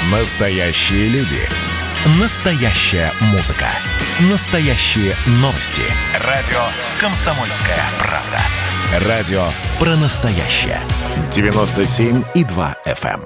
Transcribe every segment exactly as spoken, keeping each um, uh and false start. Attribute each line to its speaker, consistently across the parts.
Speaker 1: Настоящие люди. Настоящая музыка. Настоящие новости. Радио «Комсомольская правда». Радио про настоящее. девяносто семь и два эф эм.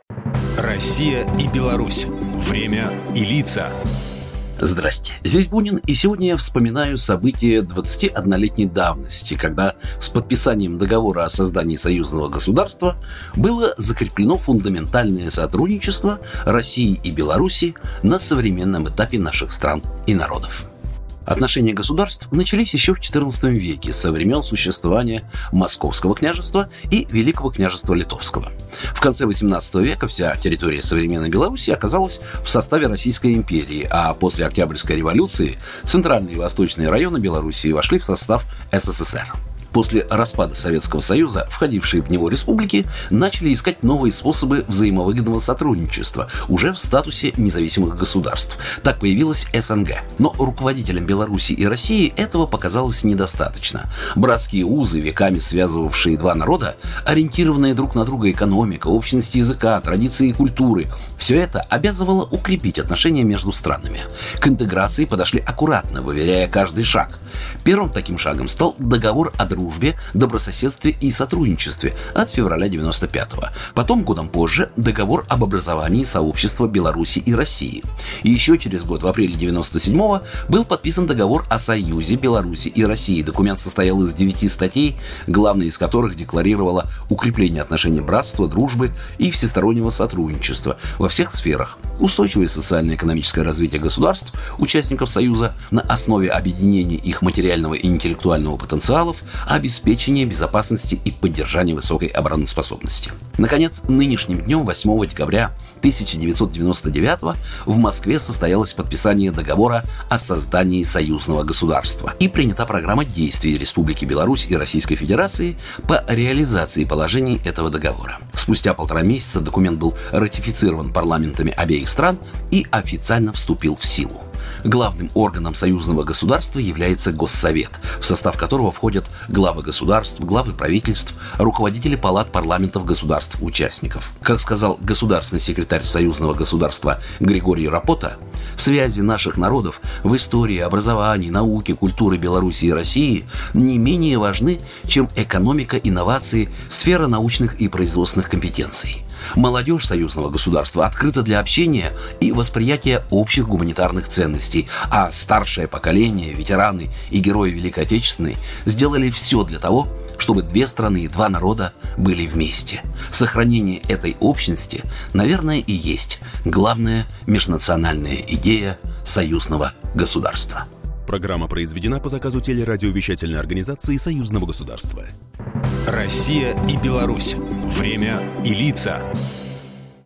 Speaker 2: Россия и Беларусь. Время и лица.
Speaker 3: Здрасте, здесь Бунин, и сегодня я вспоминаю события двадцатиоднолетней давности, когда с подписанием договора о создании союзного государства было закреплено фундаментальное сотрудничество России и Беларуси на современном этапе наших стран и народов. Отношения государств начались еще в четырнадцатом веке, со времен существования Московского княжества и Великого княжества Литовского. В конце восемнадцатого века вся территория современной Беларуси оказалась в составе Российской империи, а после Октябрьской революции центральные и восточные районы Белоруссии вошли в состав эс эс эс эр. После распада Советского Союза входившие в него республики начали искать новые способы взаимовыгодного сотрудничества уже в статусе независимых государств. Так появилась эс эн гэ. Но руководителям Беларуси и России этого показалось недостаточно. Братские узы, веками связывавшие два народа, ориентированные друг на друга экономика, общность языка, традиции и культуры – все это обязывало укрепить отношения между странами. К интеграции подошли аккуратно, выверяя каждый шаг. Первым таким шагом стал договор о дружбе, добрососедстве и сотрудничестве от февраля девяносто пятого. Потом, годом позже, договор об образовании сообщества Беларуси и России. И еще через год, в апреле девяносто седьмого, был подписан договор о союзе Беларуси и России. Документ состоял из девяти статей, главная из которых декларировала укрепление отношений братства, дружбы и всестороннего сотрудничества во всех сферах, устойчивое социально-экономическое развитие государств, участников Союза на основе объединения их материального и интеллектуального потенциалов, обеспечение безопасности и поддержание высокой обороноспособности. Наконец, нынешним днем, восьмого декабря тысяча девятьсот девяносто девятого, в Москве состоялось подписание договора о создании союзного государства и принята программа действий Республики Беларусь и Российской Федерации по реализации положений этого договора. Спустя полтора месяца документ был ратифицирован парламентами обеих стран и официально вступил в силу. Главным органом союзного государства является Госсовет, в состав которого входят главы государств, главы правительств, руководители палат парламентов государств-участников. Как сказал государственный секретарь союзного государства Григорий Рапота, связи наших народов в истории, образовании, науке, культуре Беларуси и России не менее важны, чем экономика, инновации, сфера научных и производственных компетенций. Молодежь союзного государства открыта для общения и восприятия общих гуманитарных ценностей, а старшее поколение, ветераны и герои Великой Отечественной сделали все для того, чтобы две страны и два народа были вместе. Сохранение этой общности, наверное, и есть главная межнациональная идея союзного государства.
Speaker 2: Программа произведена по заказу телерадиовещательной организации Союзного государства. Россия и Беларусь. Время и лица.